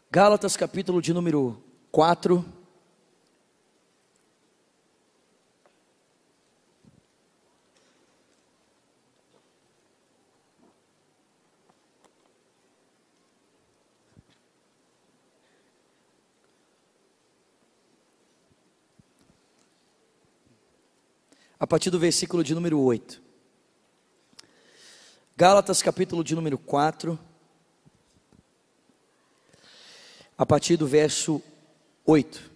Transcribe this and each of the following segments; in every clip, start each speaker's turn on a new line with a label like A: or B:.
A: Gálatas capítulo de número 4. A partir do versículo de número 8. Gálatas capítulo de número 4. A partir do verso 8.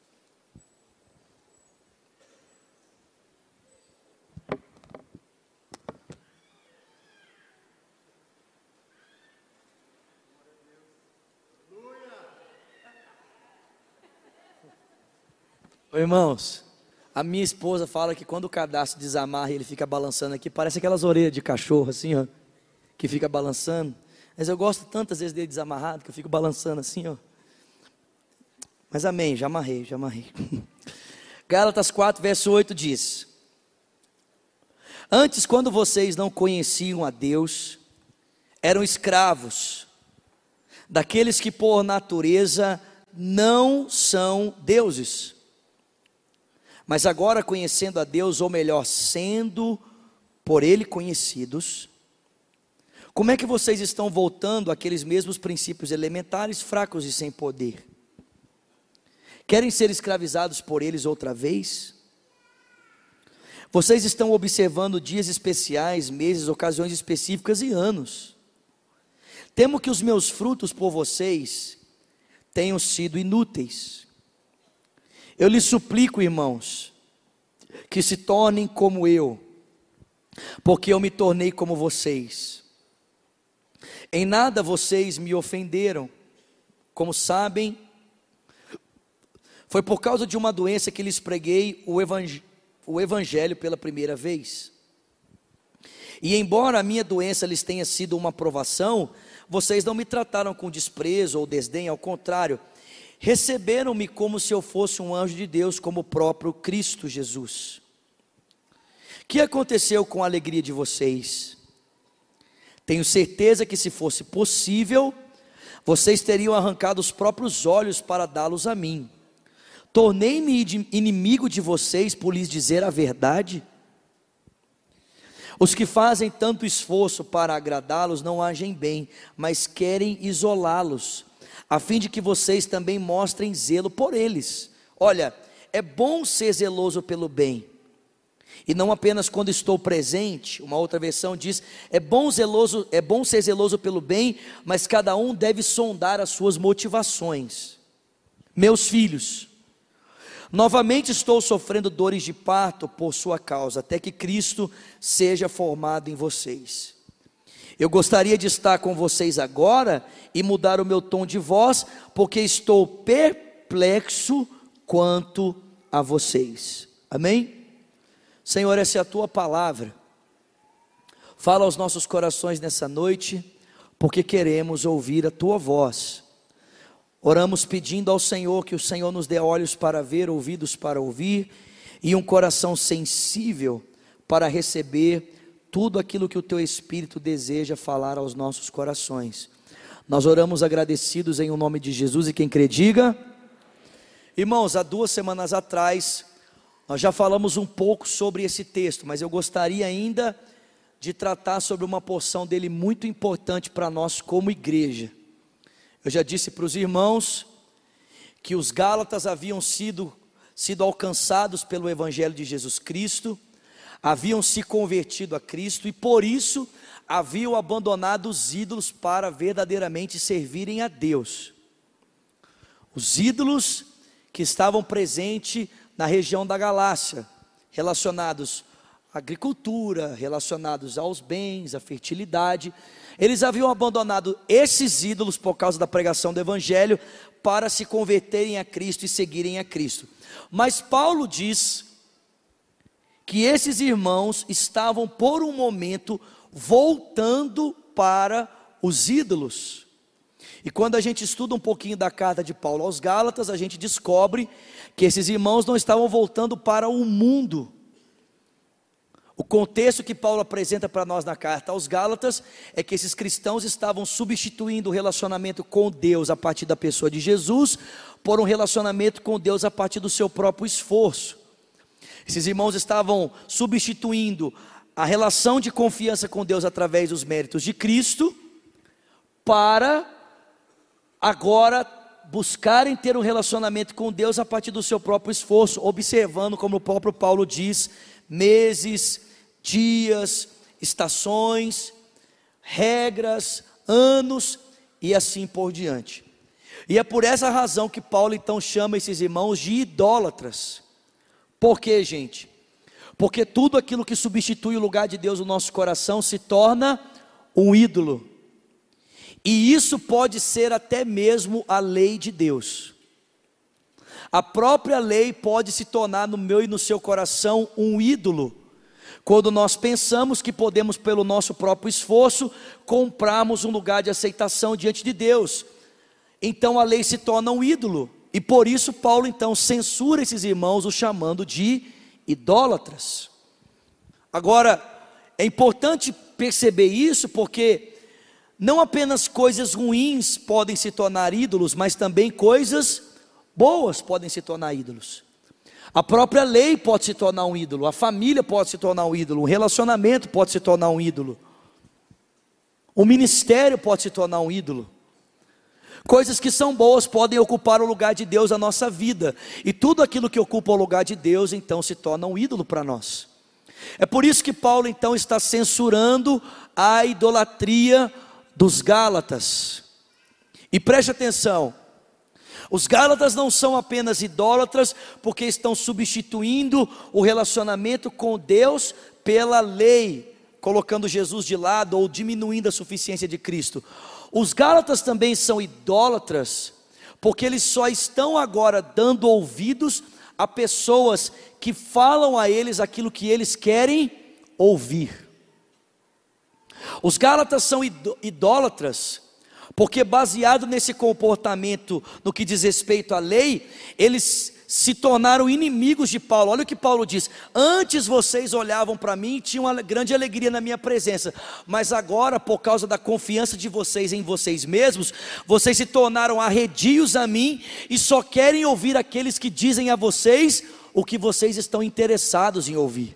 A: Irmãos, a minha esposa fala que quando o cadastro desamarra e ele fica balançando aqui, parece aquelas orelhas de cachorro assim, ó, que fica balançando. Mas eu gosto tantas vezes dele desamarrado que eu fico balançando assim, ó. Mas amém, já amarrei. Gálatas 4, verso 8 diz: Antes, quando vocês não conheciam a Deus, eram escravos daqueles que por natureza não são deuses. Mas agora, conhecendo a Deus, ou melhor, sendo por Ele conhecidos, como é que vocês estão voltando àqueles mesmos princípios elementares, fracos e sem poder? Querem ser escravizados por eles outra vez? Vocês estão observando dias especiais, meses, ocasiões específicas e anos. Temo que os meus frutos por vocês tenham sido inúteis. Eu lhes suplico, irmãos, que se tornem como eu, porque eu me tornei como vocês. Em nada vocês me ofenderam. Como sabem, foi por causa de uma doença que lhes preguei o evangelho pela primeira vez. E embora a minha doença lhes tenha sido uma provação, vocês não me trataram com desprezo ou desdém, ao contrário, receberam-me como se eu fosse um anjo de Deus, como o próprio Cristo Jesus. O que aconteceu com a alegria de vocês? Tenho certeza que, se fosse possível, vocês teriam arrancado os próprios olhos para dá-los a mim. Tornei-me inimigo de vocês por lhes dizer a verdade? Os que fazem tanto esforço para agradá-los não agem bem, mas querem isolá-los, a fim de que vocês também mostrem zelo por eles. Olha, é bom ser zeloso pelo bem, e não apenas quando estou presente. Uma outra versão diz: é bom ser zeloso pelo bem, mas cada um deve sondar as suas motivações. Meus filhos, novamente estou sofrendo dores de parto por sua causa, até que Cristo seja formado em vocês. Eu gostaria de estar com vocês agora e mudar o meu tom de voz, porque estou perplexo quanto a vocês. Amém? Senhor, essa é a tua palavra. Fala aos nossos corações nessa noite, porque queremos ouvir a tua voz. Oramos pedindo ao Senhor que o Senhor nos dê olhos para ver, ouvidos para ouvir e um coração sensível para receber tudo aquilo que o teu Espírito deseja falar aos nossos corações. Nós oramos agradecidos em o nome de Jesus, e quem crê diga. Irmãos, há 2 semanas atrás nós já falamos um pouco sobre esse texto, mas eu gostaria ainda de tratar sobre uma porção dele muito importante para nós como igreja. Eu já disse para os irmãos que os Gálatas haviam sido alcançados pelo Evangelho de Jesus Cristo, haviam se convertido a Cristo e por isso haviam abandonado os ídolos para verdadeiramente servirem a Deus. Os ídolos que estavam presentes na região da Galácia, relacionados à agricultura, relacionados aos bens, à fertilidade. Eles haviam abandonado esses ídolos por causa da pregação do Evangelho para se converterem a Cristo e seguirem a Cristo. Mas Paulo diz que esses irmãos estavam por um momento voltando para os ídolos. E quando a gente estuda um pouquinho da carta de Paulo aos Gálatas, a gente descobre que esses irmãos não estavam voltando para o mundo. O contexto que Paulo apresenta para nós na carta aos Gálatas é que esses cristãos estavam substituindo o relacionamento com Deus a partir da pessoa de Jesus por um relacionamento com Deus a partir do seu próprio esforço. Esses irmãos estavam substituindo a relação de confiança com Deus através dos méritos de Cristo para agora buscarem ter um relacionamento com Deus a partir do seu próprio esforço, observando, como o próprio Paulo diz, meses, dias, estações, regras, anos e assim por diante. E é por essa razão que Paulo então chama esses irmãos de idólatras. Por quê, gente? Porque tudo aquilo que substitui o lugar de Deus no nosso coração se torna um ídolo. E isso pode ser até mesmo a lei de Deus. A própria lei pode se tornar no meu e no seu coração um ídolo, quando nós pensamos que podemos, pelo nosso próprio esforço, comprarmos um lugar de aceitação diante de Deus. Então a lei se torna um ídolo, e por isso Paulo então censura esses irmãos, os chamando de idólatras. Agora, é importante perceber isso, porque não apenas coisas ruins podem se tornar ídolos, mas também coisas boas podem se tornar ídolos. A própria lei pode se tornar um ídolo, a família pode se tornar um ídolo, um relacionamento pode se tornar um ídolo, o ministério pode se tornar um ídolo. Coisas que são boas podem ocupar o lugar de Deus na nossa vida, e tudo aquilo que ocupa o lugar de Deus então se torna um ídolo para nós. É por isso que Paulo então está censurando a idolatria dos Gálatas. E preste atenção, os Gálatas não são apenas idólatras porque estão substituindo o relacionamento com Deus pela lei, colocando Jesus de lado ou diminuindo a suficiência de Cristo. Os Gálatas também são idólatras porque eles só estão agora dando ouvidos a pessoas que falam a eles aquilo que eles querem ouvir. Os Gálatas são idólatras porque, baseado nesse comportamento no que diz respeito à lei, eles se tornaram inimigos de Paulo. Olha o que Paulo diz: antes vocês olhavam para mim e tinham uma grande alegria na minha presença, mas agora, por causa da confiança de vocês em vocês mesmos, vocês se tornaram arredios a mim e só querem ouvir aqueles que dizem a vocês o que vocês estão interessados em ouvir.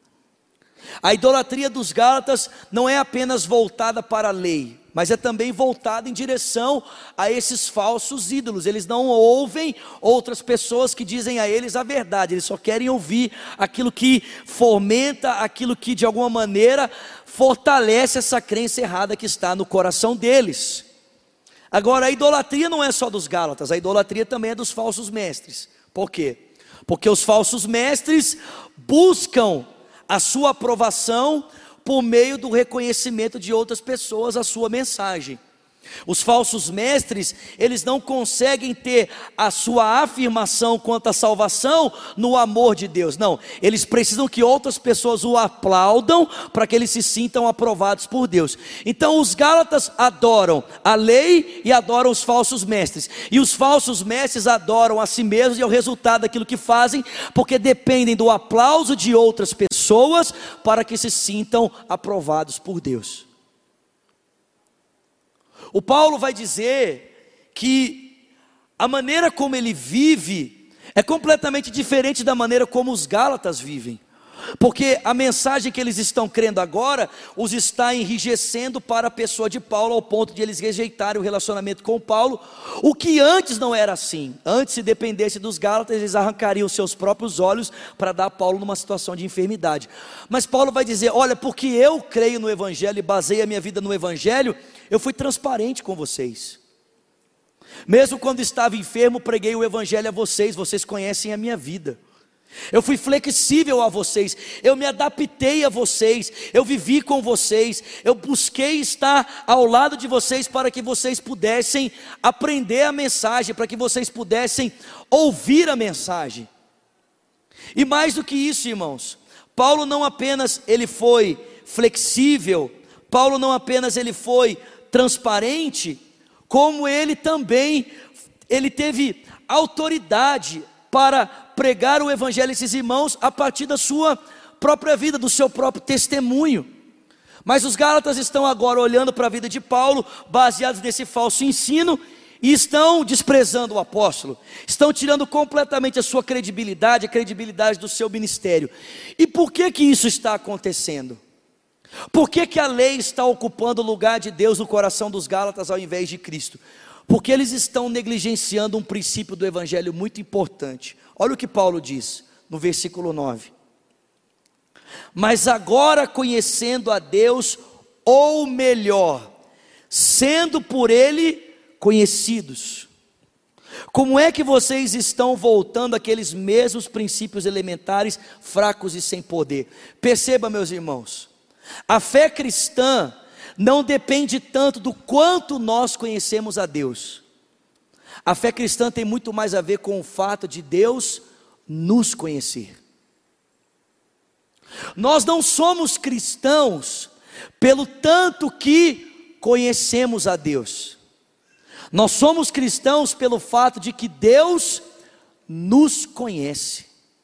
A: A idolatria dos Gálatas não é apenas voltada para a lei, mas é também voltada em direção a esses falsos ídolos. Eles não ouvem outras pessoas que dizem a eles a verdade, eles só querem ouvir aquilo que fomenta, aquilo que de alguma maneira fortalece essa crença errada que está no coração deles. Agora, a idolatria não é só dos Gálatas, a idolatria também é dos falsos mestres. Por quê? Porque os falsos mestres buscam a sua aprovação por meio do reconhecimento de outras pessoas a sua mensagem. Os falsos mestres, eles não conseguem ter a sua afirmação quanto à salvação no amor de Deus, não, eles precisam que outras pessoas o aplaudam para que eles se sintam aprovados por Deus. Então os Gálatas adoram a lei e adoram os falsos mestres, e os falsos mestres adoram a si mesmos, e é o resultado daquilo que fazem, porque dependem do aplauso de outras pessoas para que se sintam aprovados por Deus. O Paulo vai dizer que a maneira como ele vive é completamente diferente da maneira como os Gálatas vivem, porque a mensagem que eles estão crendo agora os está enrijecendo para a pessoa de Paulo, ao ponto de eles rejeitarem o relacionamento com Paulo, o que antes não era assim. Antes, se dependesse dos Gálatas, eles arrancariam seus próprios olhos para dar a Paulo numa situação de enfermidade. Mas Paulo vai dizer: olha, porque eu creio no Evangelho e baseio a minha vida no Evangelho, eu fui transparente com vocês. Mesmo quando estava enfermo, preguei o Evangelho a vocês, vocês conhecem a minha vida. Eu fui flexível a vocês, eu me adaptei a vocês, eu vivi com vocês, eu busquei estar ao lado de vocês para que vocês pudessem aprender a mensagem, para que vocês pudessem ouvir a mensagem. E mais do que isso, irmãos, Paulo não apenas ele foi flexível, Paulo não apenas ele foi transparente, como ele também teve autoridade para pregar o Evangelho a esses irmãos a partir da sua própria vida, do seu próprio testemunho. Mas os Gálatas estão agora olhando para a vida de Paulo, baseados nesse falso ensino, e estão desprezando o apóstolo, estão tirando completamente a sua credibilidade, a credibilidade do seu ministério. E por que que isso está acontecendo? Por que que a lei está ocupando o lugar de Deus no coração dos Gálatas ao invés de Cristo? Porque eles estão negligenciando um princípio do evangelho muito importante. Olha o que Paulo diz no versículo 9: mas agora conhecendo a Deus, ou melhor, sendo por Ele conhecidos, como é que vocês estão voltando àqueles mesmos princípios elementares, fracos e sem poder? Perceba, meus irmãos, a fé cristã não depende tanto do quanto nós conhecemos a Deus. A fé cristã tem muito mais a ver com o fato de Deus nos conhecer. Nós não somos cristãos pelo tanto que conhecemos a Deus. Nós somos cristãos pelo fato de que Deus nos conhece.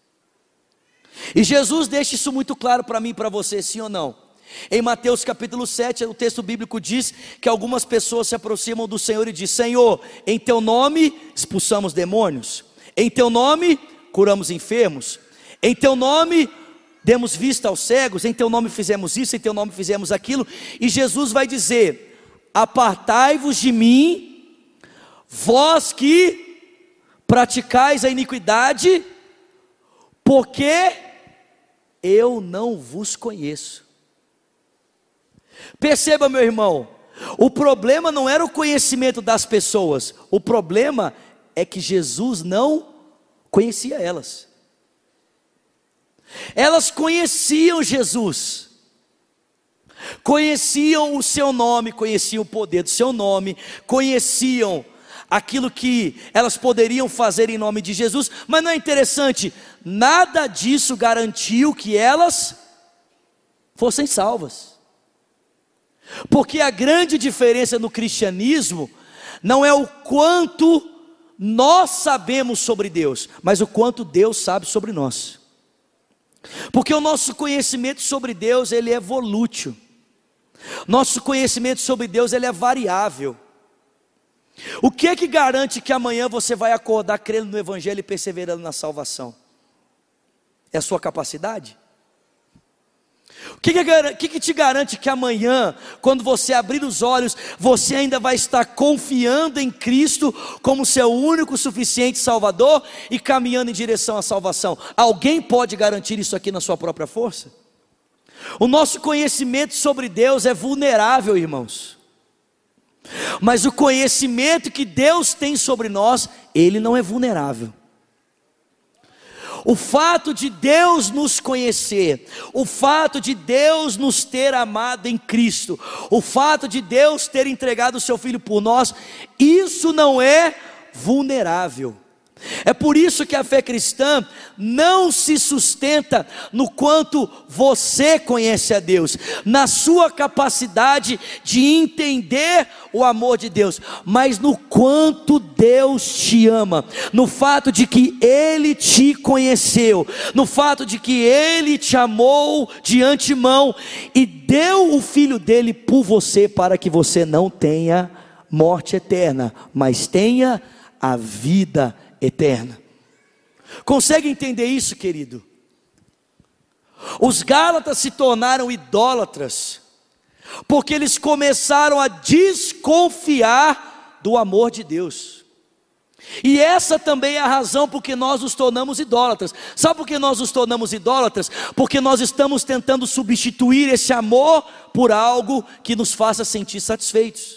A: E Jesus deixa isso muito claro para mim e para você, sim ou não? Em Mateus capítulo 7, o texto bíblico diz que algumas pessoas se aproximam do Senhor e dizem: Senhor, em teu nome expulsamos demônios, em teu nome curamos enfermos, em teu nome demos vista aos cegos, em teu nome fizemos isso, em teu nome fizemos aquilo. E Jesus vai dizer: apartai-vos de mim, vós que praticais a iniquidade, porque eu não vos conheço. Perceba, meu irmão, o problema não era o conhecimento das pessoas, o problema é que Jesus não conhecia elas. Elas conheciam Jesus, conheciam o seu nome, conheciam o poder do seu nome, conheciam aquilo que elas poderiam fazer em nome de Jesus, mas não é interessante, nada disso garantiu que elas fossem salvas. Porque a grande diferença no cristianismo não é o quanto nós sabemos sobre Deus, mas o quanto Deus sabe sobre nós. Porque o nosso conhecimento sobre Deus, ele é volútil. Nosso conhecimento sobre Deus, ele é variável. O que é que garante que amanhã você vai acordar crendo no evangelho e perseverando na salvação? É a sua capacidade? O que te garante que amanhã, quando você abrir os olhos, você ainda vai estar confiando em Cristo como seu único suficiente Salvador e caminhando em direção à salvação? Alguém pode garantir isso aqui na sua própria força? O nosso conhecimento sobre Deus é vulnerável, irmãos. Mas o conhecimento que Deus tem sobre nós, ele não é vulnerável. O fato de Deus nos conhecer, o fato de Deus nos ter amado em Cristo, o fato de Deus ter entregado o seu Filho por nós, isso não é vulnerável. É por isso que a fé cristã não se sustenta no quanto você conhece a Deus, na sua capacidade de entender o amor de Deus, mas no quanto Deus te ama, no fato de que Ele te conheceu, no fato de que Ele te amou de antemão e deu o Filho dele por você, para que você não tenha morte eterna, mas tenha a vida eterna. Consegue entender isso, querido? Os Gálatas se tornaram idólatras porque eles começaram a desconfiar do amor de Deus. E essa também é a razão por que nós nos tornamos idólatras. Sabe por que nós nos tornamos idólatras? Porque nós estamos tentando substituir esse amor por algo que nos faça sentir satisfeitos.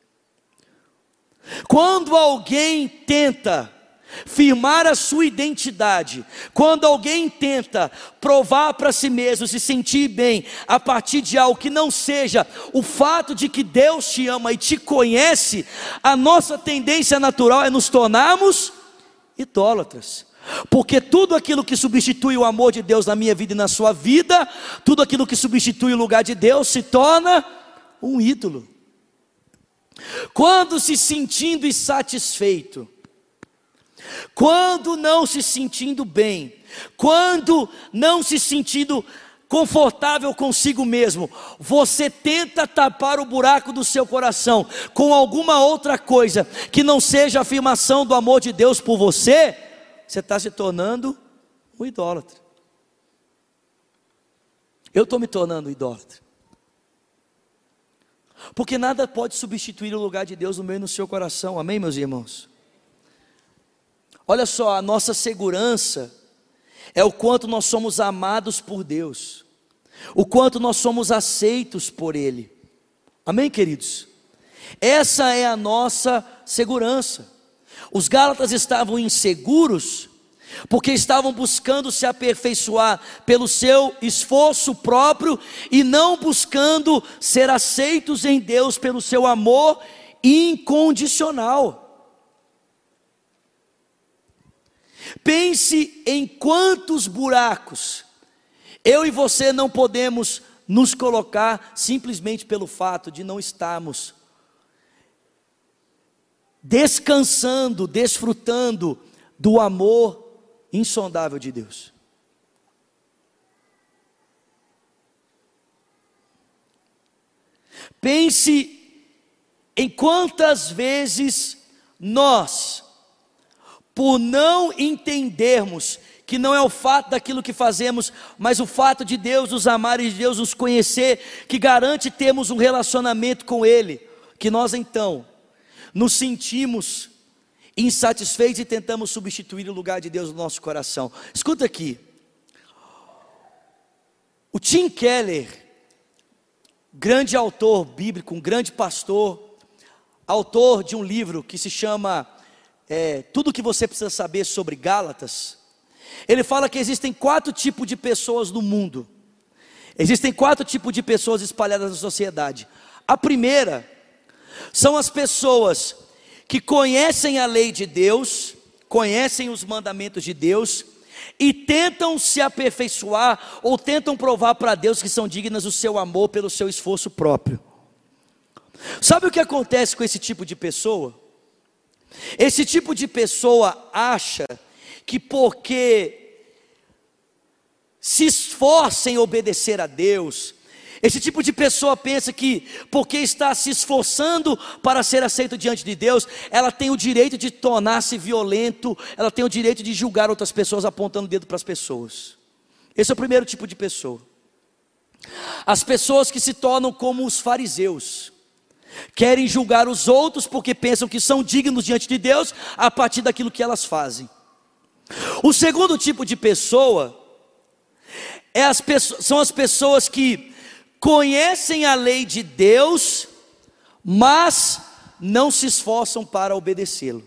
A: Quando alguém tenta firmar a sua identidade, quando alguém tenta provar para si mesmo, se sentir bem a partir de algo que não seja o fato de que Deus te ama e te conhece, a nossa tendência natural é nos tornarmos idólatras. Porque tudo aquilo que substitui o amor de Deus na minha vida e na sua vida, tudo aquilo que substitui o lugar de Deus se torna um ídolo. Quando se sentindo insatisfeito, quando não se sentindo bem, quando não se sentindo confortável consigo mesmo, você tenta tapar o buraco do seu coração com alguma outra coisa que não seja a afirmação do amor de Deus por você, você está se tornando um idólatra. Eu estou me tornando um idólatra, porque nada pode substituir o lugar de Deus no meu e no seu coração, amém, meus irmãos? Olha só, a nossa segurança é o quanto nós somos amados por Deus, o quanto nós somos aceitos por Ele, amém, queridos? Essa é a nossa segurança. Os Gálatas estavam inseguros, porque estavam buscando se aperfeiçoar pelo seu esforço próprio, e não buscando ser aceitos em Deus pelo seu amor incondicional. Pense em quantos buracos eu e você não podemos nos colocar simplesmente pelo fato de não estarmos descansando, desfrutando do amor insondável de Deus. Pense em quantas vezes nós, por não entendermos que não é o fato daquilo que fazemos, mas o fato de Deus nos amar e de Deus nos conhecer, que garante termos um relacionamento com Ele, que nós então nos sentimos insatisfeitos e tentamos substituir o lugar de Deus no nosso coração. Escuta aqui, o Tim Keller, grande autor bíblico, um grande pastor, autor de um livro que se chama Tudo o que você precisa saber sobre Gálatas, ele fala que existem 4 tipos de pessoas no mundo. Existem 4 tipos de pessoas espalhadas na sociedade. A primeira são as pessoas que conhecem a lei de Deus, conhecem os mandamentos de Deus e tentam se aperfeiçoar ou tentam provar para Deus que são dignas do seu amor pelo seu esforço próprio. Sabe o que acontece com esse tipo de pessoa? Esse tipo de pessoa acha que porque se esforça em obedecer a Deus, esse tipo de pessoa pensa que porque está se esforçando para ser aceito diante de Deus, ela tem o direito de tornar-se violento, ela tem o direito de julgar outras pessoas apontando o dedo para as pessoas. Esse é o primeiro tipo de pessoa. As pessoas que se tornam como os fariseus, querem julgar os outros porque pensam que são dignos diante de Deus a partir daquilo que elas fazem. O segundo tipo de pessoa são as pessoas que conhecem a lei de Deus, mas não se esforçam para obedecê-lo.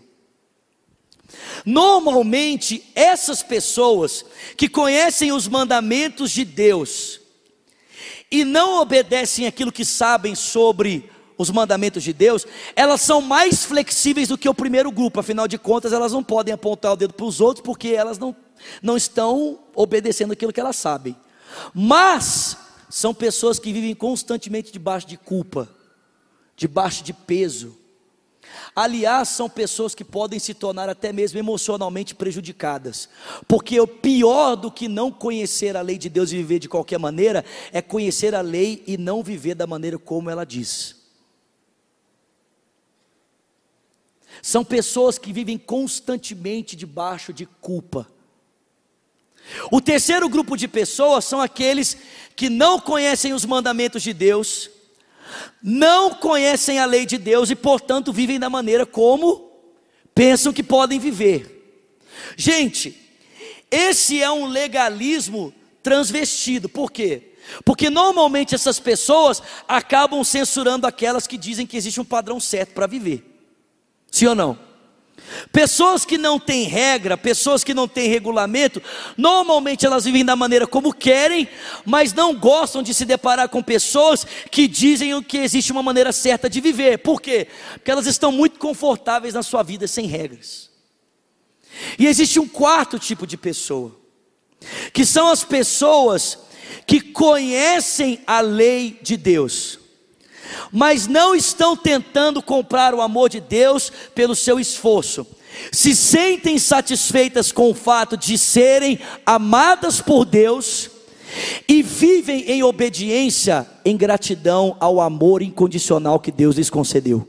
A: Normalmente, essas pessoas que conhecem os mandamentos de Deus e não obedecem aquilo que sabem sobre os mandamentos de Deus, elas são mais flexíveis do que o primeiro grupo. Afinal de contas, elas não podem apontar o dedo para os outros, porque elas não estão obedecendo aquilo que elas sabem. Mas são pessoas que vivem constantemente debaixo de culpa, debaixo de peso. Aliás, são pessoas que podem se tornar até mesmo emocionalmente prejudicadas, porque o pior do que não conhecer a lei de Deus e viver de qualquer maneira, é conhecer a lei e não viver da maneira como ela diz. São pessoas que vivem constantemente debaixo de culpa. O terceiro grupo de pessoas são aqueles que não conhecem os mandamentos de Deus, não conhecem a lei de Deus e portanto vivem da maneira como pensam que podem viver. Gente, esse é um legalismo transvestido. Por quê? Porque normalmente essas pessoas acabam censurando aquelas que dizem que existe um padrão certo para viver. Sim ou não? Pessoas que não têm regra, pessoas que não têm regulamento, normalmente elas vivem da maneira como querem, mas não gostam de se deparar com pessoas que dizem que existe uma maneira certa de viver. Por quê? Porque elas estão muito confortáveis na sua vida sem regras. E existe um quarto tipo de pessoa, que são as pessoas que conhecem a lei de Deus, mas não estão tentando comprar o amor de Deus pelo seu esforço. se sentem satisfeitas com o fato de serem amadas por Deus e vivem em obediência, em gratidão ao amor incondicional que Deus lhes concedeu.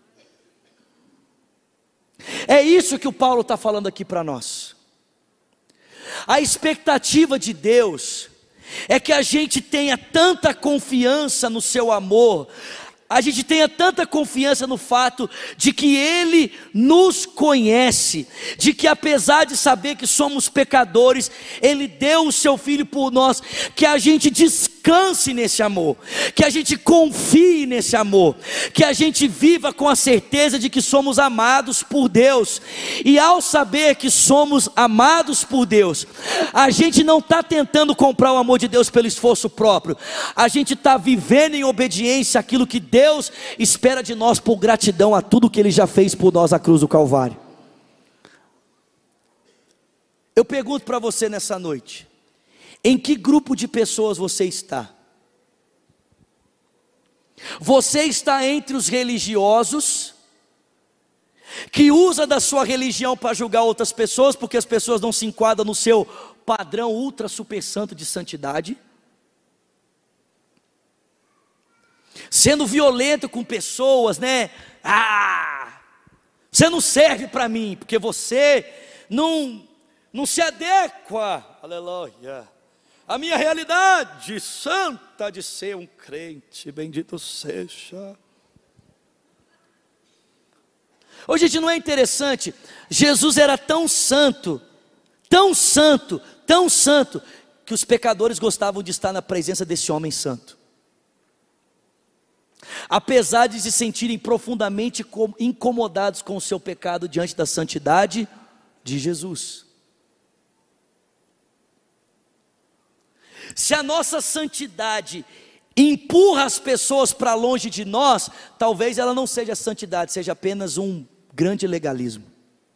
A: É isso que o Paulo está falando aqui para nós. A expectativa de Deus é que a gente tenha tanta confiança no seu amor, a gente tenha tanta confiança no fato de que Ele nos conhece, de que apesar de saber que somos pecadores, Ele deu o seu Filho por nós, que a gente descanse nesse amor, que a gente confie nesse amor, que a gente viva com a certeza de que somos amados por Deus. E ao saber que somos amados por Deus, a gente não está tentando comprar o amor de Deus pelo esforço próprio, a gente está vivendo em obediência àquilo que Deus espera de nós, por gratidão a tudo que Ele já fez por nós na cruz do Calvário. Eu pergunto para você nessa noite: em que grupo de pessoas você está? Você está entre os religiosos, que usa da sua religião para julgar outras pessoas, porque as pessoas não se enquadram no seu padrão ultra super santo de santidade, sendo violento com pessoas, né? Você não serve para mim, porque você não se adequa, aleluia, a minha realidade santa de ser um crente, bendito seja. Hoje, gente, não é interessante? Jesus era tão santo, tão santo, tão santo, que os pecadores gostavam de estar na presença desse homem santo, apesar de se sentirem profundamente incomodados com o seu pecado diante da santidade de Jesus. Se a nossa santidade empurra as pessoas para longe de nós, talvez ela não seja santidade, seja apenas um grande legalismo.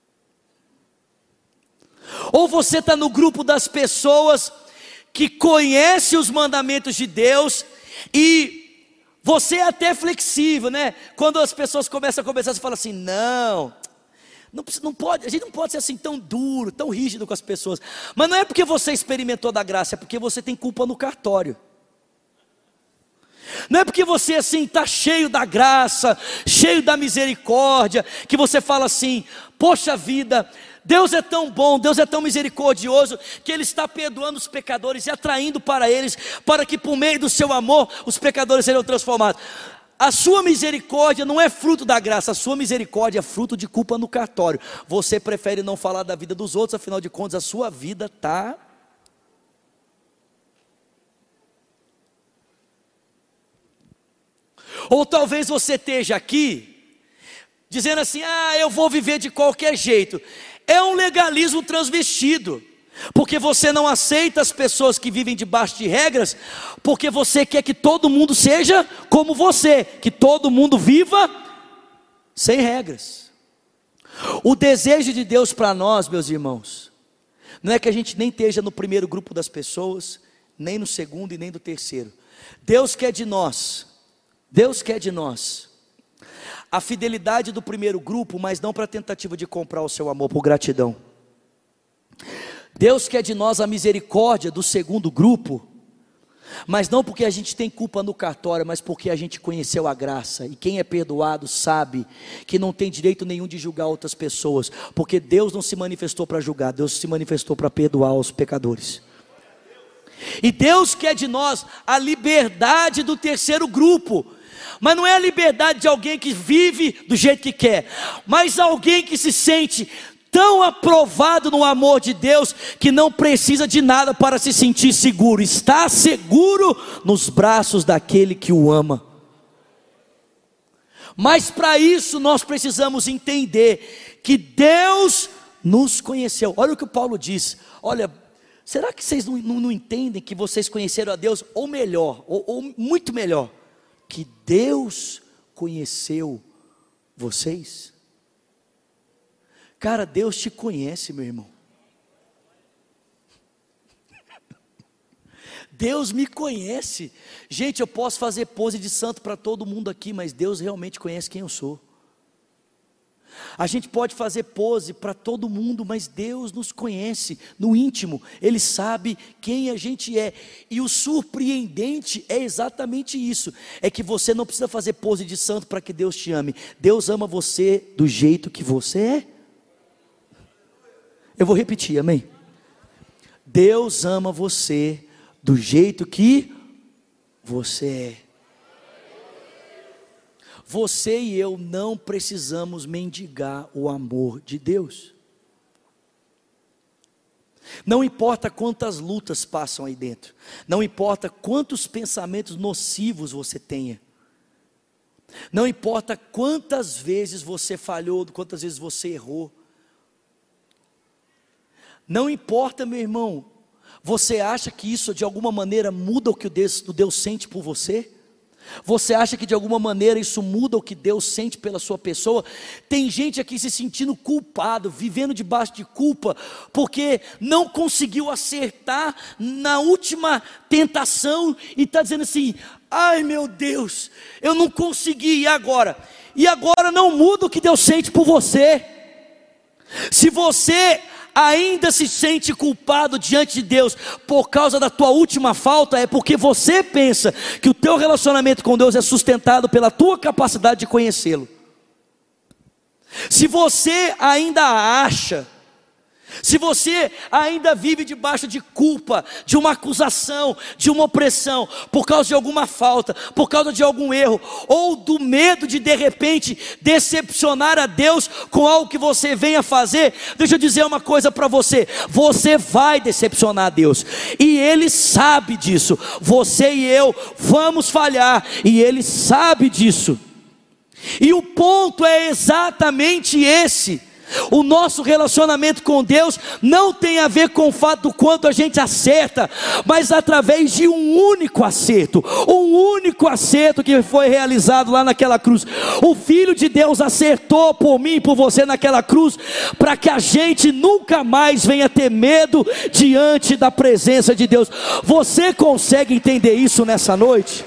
A: Ou você está no grupo das pessoas que conhece os mandamentos de Deus, e você é até flexível, né? Quando as pessoas começam a conversar, você fala assim: não pode, a gente não pode ser assim tão duro, tão rígido com as pessoas. Mas não é porque você experimentou da graça, é porque você tem culpa no cartório. Não é porque você assim está cheio da graça, cheio da misericórdia, que você fala assim: poxa vida, Deus é tão bom, Deus é tão misericordioso, que Ele está perdoando os pecadores e atraindo para eles, para que por meio do seu amor os pecadores sejam transformados. A sua misericórdia não é fruto da graça, a sua misericórdia é fruto de culpa no cartório. Você prefere não falar da vida dos outros, afinal de contas a sua vida está... Ou talvez você esteja aqui dizendo assim: eu vou viver de qualquer jeito. É um legalismo transvestido, porque você não aceita as pessoas que vivem debaixo de regras, porque você quer que todo mundo seja como você, que todo mundo viva sem regras. O desejo de Deus para nós, meus irmãos, não é que a gente nem esteja no primeiro grupo das pessoas, nem no segundo e nem do terceiro. Deus quer de nós a fidelidade do primeiro grupo, mas não para a tentativa de comprar o seu amor por gratidão. Deus quer de nós a misericórdia do segundo grupo, mas não porque a gente tem culpa no cartório, mas porque a gente conheceu a graça, e quem é perdoado sabe que não tem direito nenhum de julgar outras pessoas, porque Deus não se manifestou para julgar, Deus se manifestou para perdoar os pecadores. E Deus quer de nós a liberdade do terceiro grupo, mas não é a liberdade de alguém que vive do jeito que quer, mas alguém que se sente tão aprovado no amor de Deus, que não precisa de nada para se sentir seguro, está seguro nos braços daquele que o ama. Mas para isso nós precisamos entender que Deus nos conheceu. Olha o que o Paulo diz: olha, será que vocês não entendem que vocês conheceram a Deus, ou melhor, ou muito melhor, que Deus conheceu vocês? Cara, Deus te conhece, meu irmão. Deus me conhece. Gente, eu posso fazer pose de santo para todo mundo aqui, mas Deus realmente conhece quem eu sou. A gente pode fazer pose para todo mundo, mas Deus nos conhece no íntimo, Ele sabe quem a gente é, e o surpreendente é exatamente isso, é que você não precisa fazer pose de santo para que Deus te ame, Deus ama você do jeito que você é. Eu vou repetir, amém? Deus ama você do jeito que você é. Você e eu não precisamos mendigar o amor de Deus. Não importa quantas lutas passam aí dentro, não importa quantos pensamentos nocivos você tenha, não importa quantas vezes você falhou, quantas vezes você errou, não importa, meu irmão, você acha que isso de alguma maneira muda o que o Deus sente por você? Você acha que de alguma maneira isso muda o que Deus sente pela sua pessoa? Tem gente aqui se sentindo culpado, vivendo debaixo de culpa, porque não conseguiu acertar na última tentação, e está dizendo assim, ai meu Deus, eu não consegui, e agora? E agora não muda o que Deus sente por você. Se você ainda se sente culpado diante de Deus por causa da tua última falta, é porque você pensa que o teu relacionamento com Deus é sustentado pela tua capacidade de conhecê-lo. Se você ainda acha, se você ainda vive debaixo de culpa, de uma acusação, de uma opressão, por causa de alguma falta, por causa de algum erro, ou do medo de repente decepcionar a Deus com algo que você venha fazer, deixa eu dizer uma coisa para você: você vai decepcionar a Deus, e Ele sabe disso. Você e eu vamos falhar, e Ele sabe disso. E o ponto é exatamente esse. O nosso relacionamento com Deus não tem a ver com o fato do quanto a gente acerta, mas através de um único acerto que foi realizado lá naquela cruz. O Filho de Deus acertou por mim e por você naquela cruz, para que a gente nunca mais venha ter medo diante da presença de Deus. Você consegue entender isso nessa noite?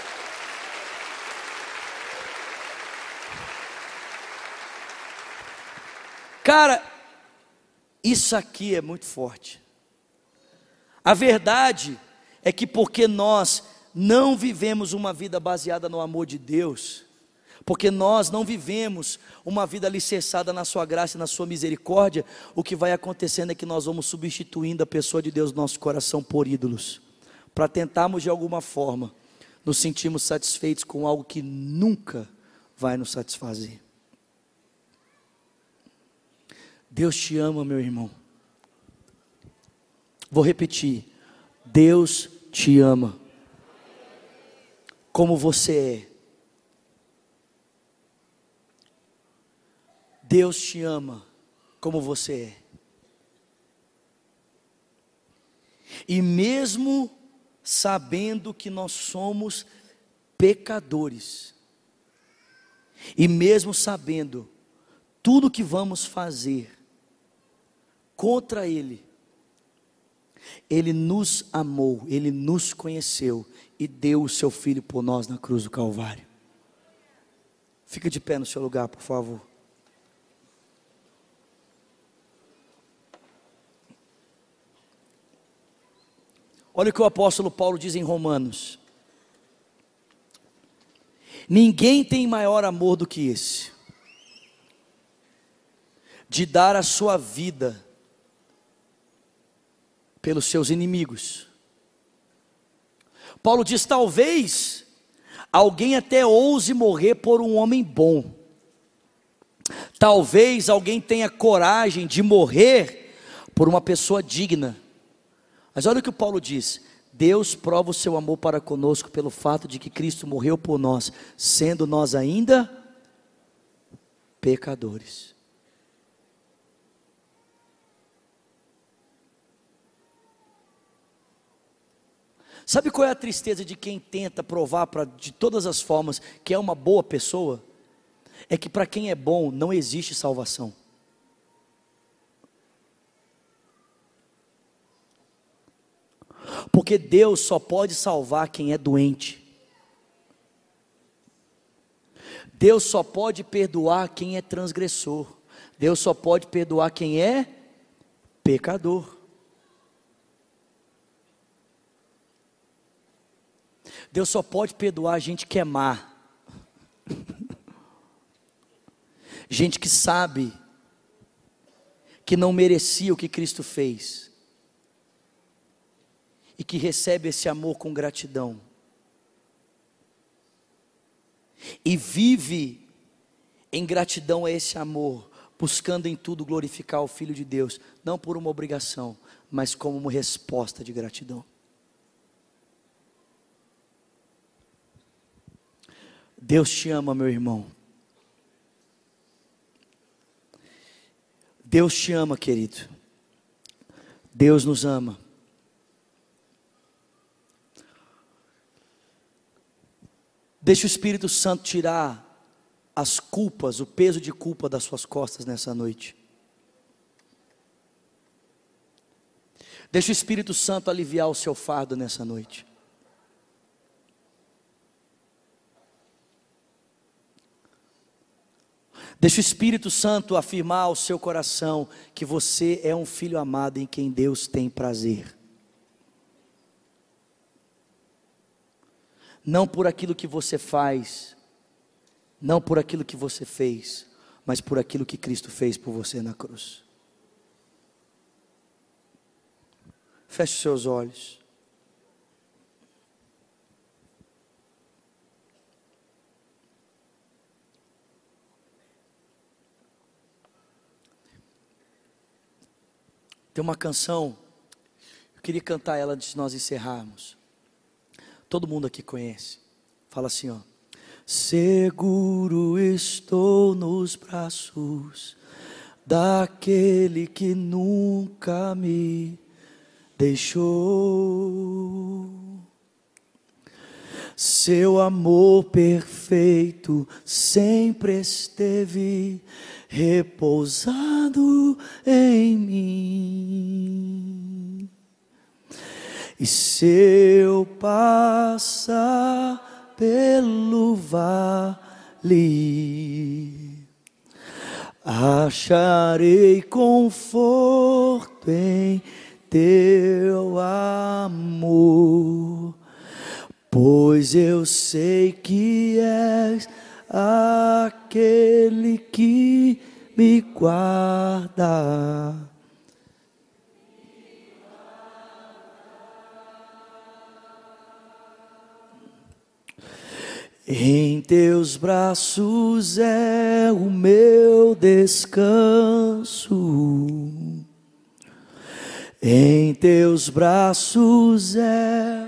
A: Cara, isso aqui é muito forte. A verdade é que porque nós não vivemos uma vida baseada no amor de Deus, porque nós não vivemos uma vida alicerçada na sua graça e na sua misericórdia, o que vai acontecendo é que nós vamos substituindo a pessoa de Deus no nosso coração por ídolos, para tentarmos de alguma forma nos sentirmos satisfeitos com algo que nunca vai nos satisfazer. Deus te ama, meu irmão. Vou repetir: Deus te ama como você é. Deus te ama como você é. E mesmo sabendo que nós somos pecadores, e mesmo sabendo tudo que vamos fazer contra Ele, Ele nos amou, Ele nos conheceu e deu o seu Filho por nós na cruz do Calvário. Fica de pé no seu lugar, por favor. Olha o que o apóstolo Paulo diz em Romanos: ninguém tem maior amor do que esse, de dar a sua vida pelos seus inimigos. Paulo diz: talvez alguém até ouse morrer por um homem bom, talvez alguém tenha coragem de morrer por uma pessoa digna. Mas olha o que o Paulo diz: Deus prova o seu amor para conosco pelo fato de que Cristo morreu por nós, sendo nós ainda pecadores. Sabe qual é a tristeza de quem tenta provar de todas as formas que é uma boa pessoa? É que para quem é bom não existe salvação. Porque Deus só pode salvar quem é doente. Deus só pode perdoar quem é transgressor. Deus só pode perdoar quem é pecador. Deus só pode perdoar gente que é má. Gente que sabe que não merecia o que Cristo fez e que recebe esse amor com gratidão e vive em gratidão a esse amor, buscando em tudo glorificar o Filho de Deus, não por uma obrigação, mas como uma resposta de gratidão. Deus te ama, meu irmão. Deus te ama, querido. Deus nos ama. Deixa o Espírito Santo tirar as culpas, o peso de culpa das suas costas nessa noite. Deixa o Espírito Santo aliviar o seu fardo nessa noite. Deixa o Espírito Santo afirmar ao seu coração que você é um filho amado em quem Deus tem prazer. Não por aquilo que você faz, não por aquilo que você fez, mas por aquilo que Cristo fez por você na cruz. Feche os seus olhos. Tem uma canção, eu queria cantar ela antes de nós encerrarmos. Todo mundo aqui conhece. Fala assim, ó. Seguro estou nos braços daquele que nunca me deixou. Seu amor perfeito sempre esteve repousado em mim. E se eu passar pelo vale, acharei conforto em teu amor, pois eu sei que és aquele que me guarda. Em teus braços é o meu descanso. Em teus braços é.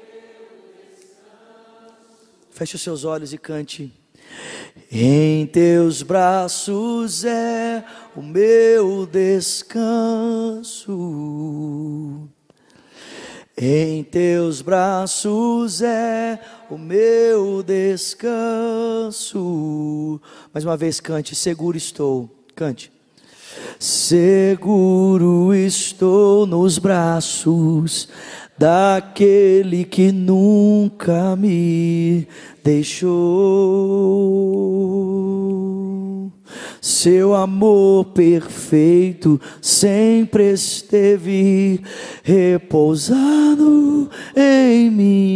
A: Feche os seus olhos e cante. Em teus braços é o meu descanso. Em teus braços é o meu descanso. Mais uma vez cante, seguro estou. Cante. Seguro estou nos braços daquele que nunca me deixou. Seu amor perfeito sempre esteve repousado em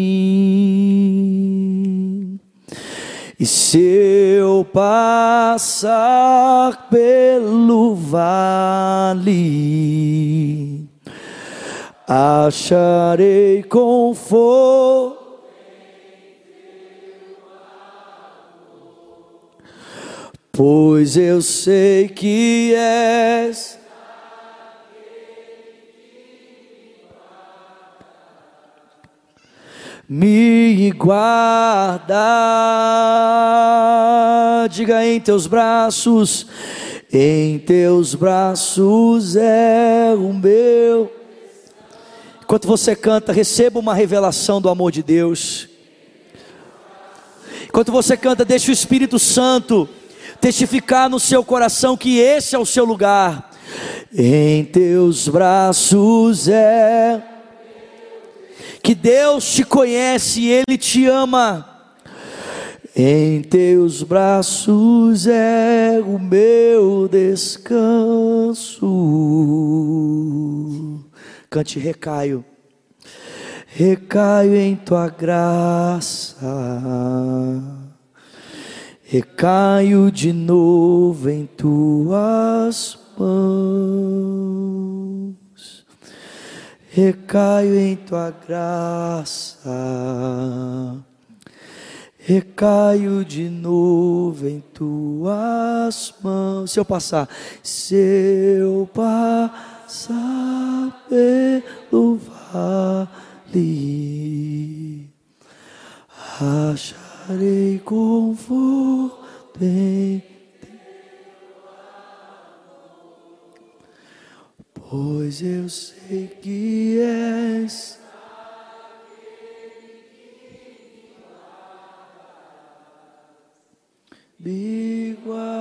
A: mim. E se eu passar pelo vale, acharei conforto. Pois eu sei que és me guarda. Diga, em teus braços é o meu. Enquanto você canta, receba uma revelação do amor de Deus. Enquanto você canta, deixa o Espírito Santo testificar no seu coração que esse é o seu lugar. Em teus braços é que Deus te conhece e Ele te ama. Em teus braços é o meu descanso. Cante: recaio, recaio em tua graça, recaio de novo em tuas mãos, recaio em tua graça, recaio de novo em tuas mãos. Se eu passar pelo vale, acharei conforto em teu amor, pois eu sei que és me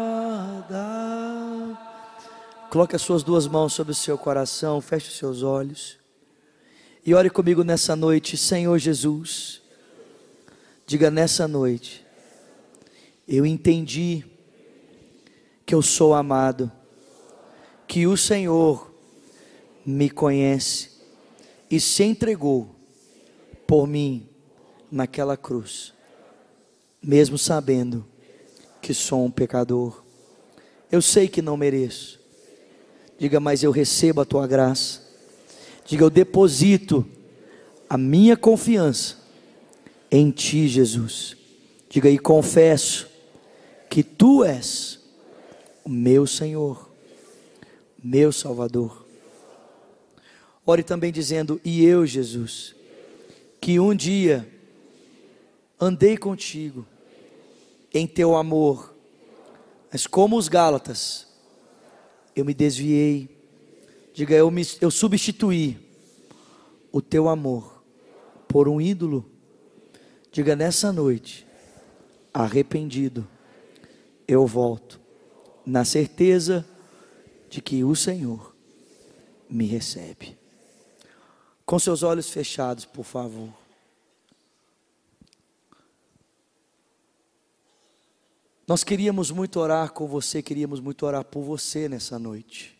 A: guardar. Coloque as suas duas mãos sobre o seu coração, feche os seus olhos e ore comigo nessa noite. Senhor Jesus, diga: nessa noite eu entendi que eu sou amado, que o Senhor me conhece e se entregou por mim naquela cruz, mesmo sabendo que sou um pecador. Eu sei que não mereço. Diga: mas eu recebo a tua graça. Diga: eu deposito a minha confiança em ti, Jesus. Diga: e confesso que tu és o meu Senhor, meu Salvador. Ore também dizendo: e eu, Jesus, que um dia andei contigo em teu amor, mas como os Gálatas, eu me desviei. Diga: eu substituí o teu amor por um ídolo. Diga: nessa noite, arrependido, eu volto, na certeza de que o Senhor me recebe. Com seus olhos fechados, por favor. Nós queríamos muito orar com você, queríamos muito orar por você nessa noite.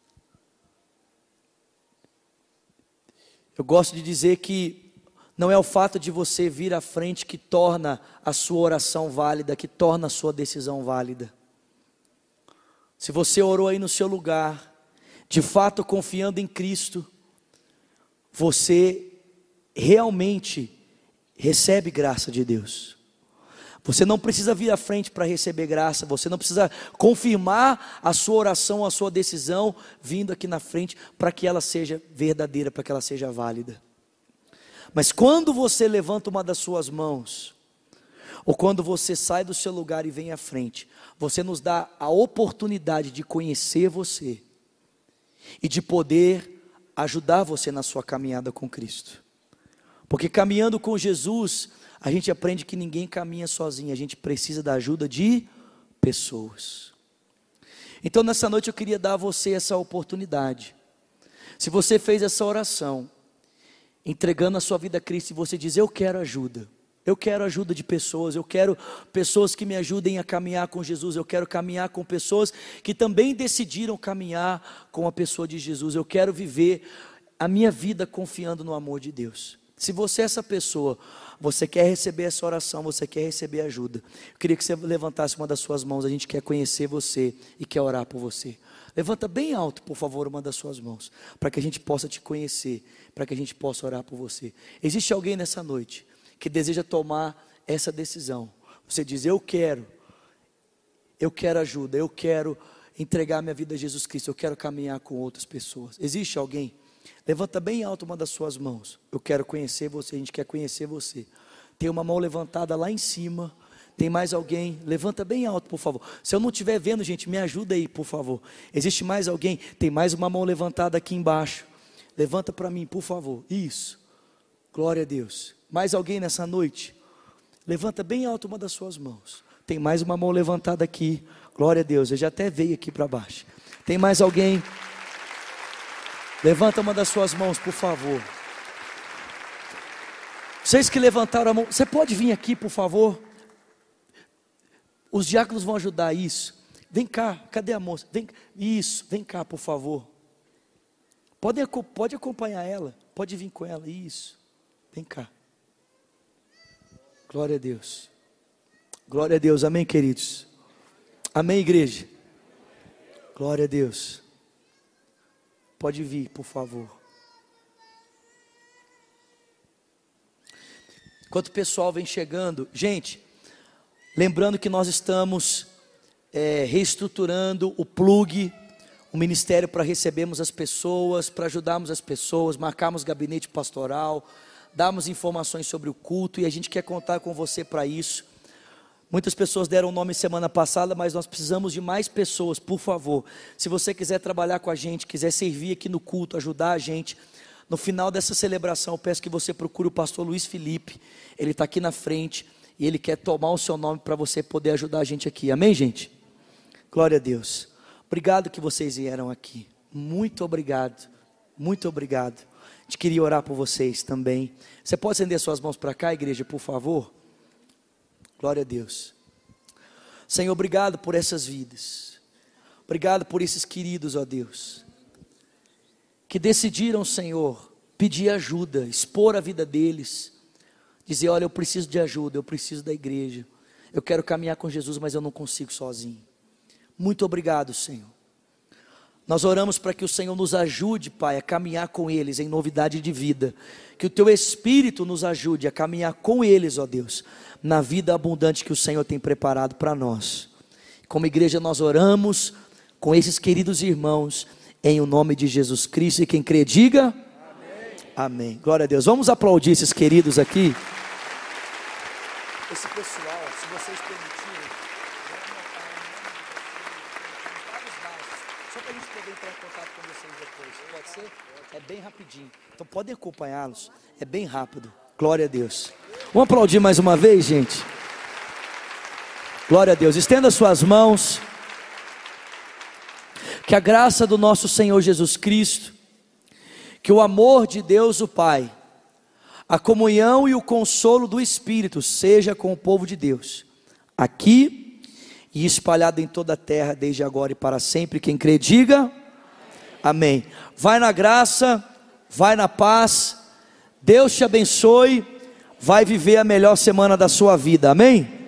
A: Eu gosto de dizer que não é o fato de você vir à frente que torna a sua oração válida, que torna a sua decisão válida. Se você orou aí no seu lugar, de fato confiando em Cristo, você realmente recebe graça de Deus. Você não precisa vir à frente para receber graça, você não precisa confirmar a sua oração, a sua decisão, vindo aqui na frente, para que ela seja verdadeira, para que ela seja válida. Mas quando você levanta uma das suas mãos, ou quando você sai do seu lugar e vem à frente, você nos dá a oportunidade de conhecer você, e de poder ajudar você na sua caminhada com Cristo. Porque caminhando com Jesus, a gente aprende que ninguém caminha sozinho, a gente precisa da ajuda de pessoas. Então nessa noite eu queria dar a você essa oportunidade. Se você fez essa oração, entregando a sua vida a Cristo, e você diz: eu quero ajuda de pessoas, eu quero pessoas que me ajudem a caminhar com Jesus, eu quero caminhar com pessoas que também decidiram caminhar com a pessoa de Jesus, eu quero viver a minha vida confiando no amor de Deus. Se você é essa pessoa, você quer receber essa oração, você quer receber ajuda, eu queria que você levantasse uma das suas mãos. A gente quer conhecer você e quer orar por você. Levanta bem alto, por favor, uma das suas mãos, para que a gente possa te conhecer, para que a gente possa orar por você. Existe alguém nessa noite que deseja tomar essa decisão? Você diz: eu quero ajuda, eu quero entregar minha vida a Jesus Cristo, eu quero caminhar com outras pessoas. Existe alguém? Levanta bem alto uma das suas mãos. Eu quero conhecer você, a gente quer conhecer você. Tem uma mão levantada lá em cima. Tem mais alguém? Levanta bem alto, por favor. Se eu não estiver vendo, gente, me ajuda aí, por favor. Existe mais alguém? Tem mais uma mão levantada aqui embaixo. Levanta para mim, por favor. Isso. Glória a Deus. Mais alguém nessa noite? Levanta bem alto uma das suas mãos. Tem mais uma mão levantada aqui. Glória a Deus. Eu já até veio aqui para baixo. Tem mais alguém? Levanta uma das suas mãos, por favor. Vocês que levantaram a mão, você pode vir aqui, por favor? Os diáconos vão ajudar isso. Vem cá, cadê a moça? Isso, vem cá, por favor. Pode acompanhar ela, pode vir com ela, isso. Vem cá. Glória a Deus. Glória a Deus, amém, queridos? Amém, igreja? Glória a Deus. Pode vir, por favor. Enquanto o pessoal vem chegando, gente, lembrando que nós estamos reestruturando o plug, o ministério, para recebermos as pessoas, para ajudarmos as pessoas, marcarmos gabinete pastoral, darmos informações sobre o culto, e a gente quer contar com você para isso. Muitas pessoas deram o nome semana passada, mas nós precisamos de mais pessoas, por favor. Se você quiser trabalhar com a gente, quiser servir aqui no culto, ajudar a gente, no final dessa celebração, eu peço que você procure o pastor Luiz Felipe. Ele está aqui na frente e ele quer tomar o seu nome para você poder ajudar a gente aqui, amém, gente? Glória a Deus. Obrigado que vocês vieram aqui, muito obrigado, muito obrigado. A gente queria orar por vocês também. Você pode estender suas mãos para cá, igreja, por favor? Glória a Deus. Senhor, obrigado por essas vidas, obrigado por esses queridos, ó Deus, que decidiram, Senhor, pedir ajuda, expor a vida deles, dizer: olha, eu preciso de ajuda, eu preciso da igreja, eu quero caminhar com Jesus, mas eu não consigo sozinho. Muito obrigado, Senhor. Nós oramos para que o Senhor nos ajude, Pai, a caminhar com eles em novidade de vida, que o Teu Espírito nos ajude a caminhar com eles, ó Deus, na vida abundante que o Senhor tem preparado para nós. Como igreja nós oramos com esses queridos irmãos, em o nome de Jesus Cristo, e quem crê diga amém. Amém. Glória a Deus. Vamos aplaudir esses queridos aqui. Esse pessoal, se vocês permitirem, só para a gente poder entrar em contato com vocês depois, pode ser? É bem rapidinho, então podem acompanhá-los, é bem rápido. Glória a Deus. Vamos aplaudir mais uma vez, gente. Glória a Deus. Estenda suas mãos. Que a graça do nosso Senhor Jesus Cristo, que o amor de Deus o Pai, a comunhão e o consolo do Espírito seja com o povo de Deus, aqui e espalhado em toda a terra, desde agora e para sempre. Quem crê diga amém. Vai na graça, vai na paz, Deus te abençoe, vai viver a melhor semana da sua vida, amém?